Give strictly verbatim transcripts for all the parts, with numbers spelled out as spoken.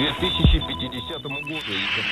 две тысячи пятидесятому году.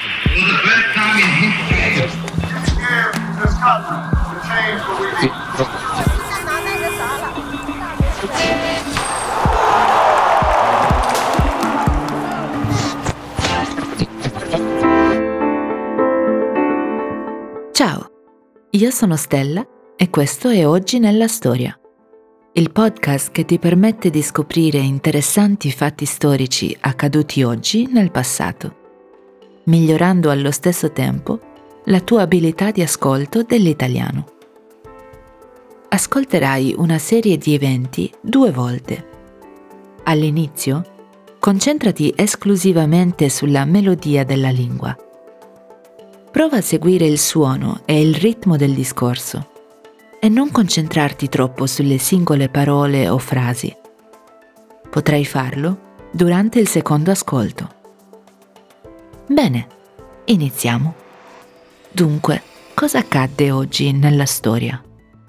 Ciao, io sono Stella e questo è Oggi nella Storia, il podcast che ti permette di scoprire interessanti fatti storici accaduti oggi nel passato, migliorando allo stesso tempo la tua abilità di ascolto dell'italiano. Ascolterai una serie di eventi due volte. All'inizio, concentrati esclusivamente sulla melodia della lingua. Prova a seguire il suono e il ritmo del discorso e non concentrarti troppo sulle singole parole o frasi. Potrai farlo durante il secondo ascolto. Bene, iniziamo. Dunque, cosa accadde oggi nella storia?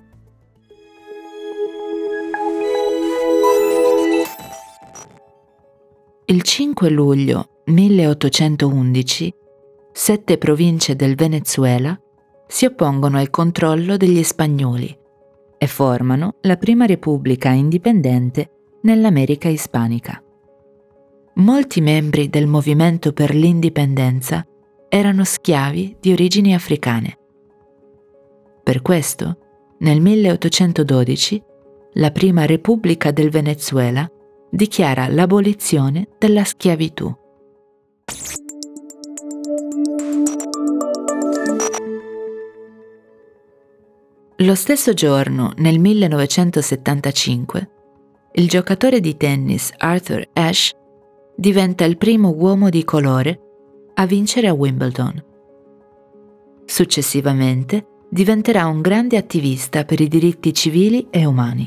Il cinque luglio milleottocentoundici, sette province del Venezuela si oppongono al controllo degli spagnoli e formano la prima repubblica indipendente nell'America ispanica. Molti membri del movimento per l'indipendenza erano schiavi di origini africane. Per questo, nel milleottocentododici, la prima repubblica del Venezuela dichiara l'abolizione della schiavitù. Lo stesso giorno, nel millenovecentosettantacinque, il giocatore di tennis Arthur Ashe diventa il primo uomo di colore a vincere a Wimbledon. Successivamente diventerà un grande attivista per i diritti civili e umani.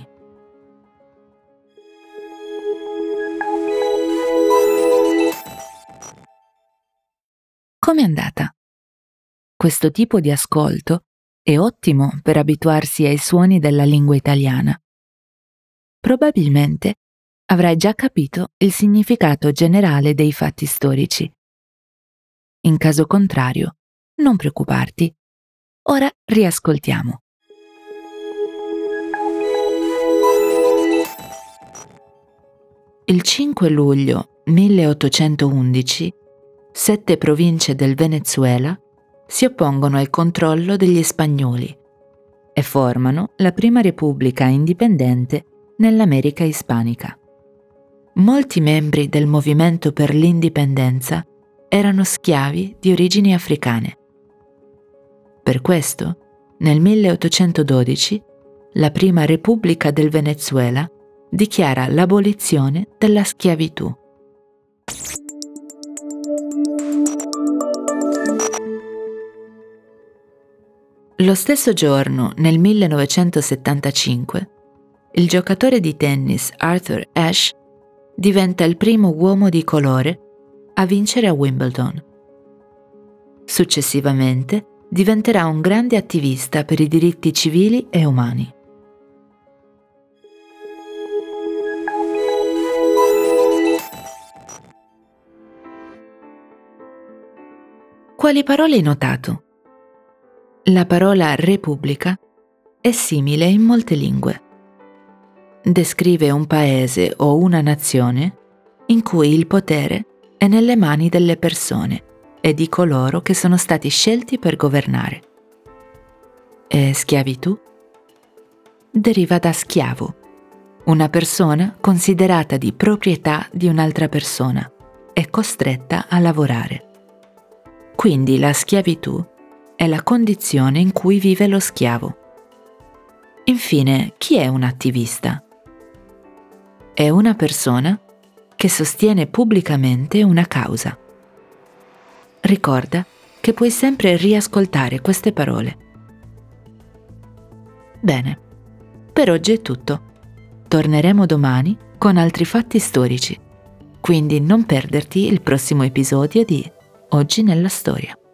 Com'è andata? Questo tipo di ascolto è ottimo per abituarsi ai suoni della lingua italiana. Probabilmente avrai già capito il significato generale dei fatti storici. In caso contrario, non preoccuparti. Ora riascoltiamo. Il cinque luglio milleottocentoundici, sette province del Venezuela si oppongono al controllo degli spagnoli e formano la prima repubblica indipendente nell'America ispanica. Molti membri del movimento per l'indipendenza erano schiavi di origini africane. Per questo, nel milleottocentododici, la prima repubblica del Venezuela dichiara l'abolizione della schiavitù. Lo stesso giorno, nel millenovecentosettantacinque, il giocatore di tennis Arthur Ashe diventa il primo uomo di colore a vincere a Wimbledon. Successivamente diventerà un grande attivista per i diritti civili e umani. Quali parole hai notato? La parola repubblica è simile in molte lingue. Descrive un paese o una nazione in cui il potere è nelle mani delle persone e di coloro che sono stati scelti per governare. E schiavitù? Deriva da schiavo, una persona considerata di proprietà di un'altra persona e costretta a lavorare. Quindi la schiavitù è la condizione in cui vive lo schiavo. Infine, chi è un attivista? È una persona che sostiene pubblicamente una causa. Ricorda che puoi sempre riascoltare queste parole. Bene, per oggi è tutto. Torneremo domani con altri fatti storici, quindi non perderti il prossimo episodio di Oggi nella Storia.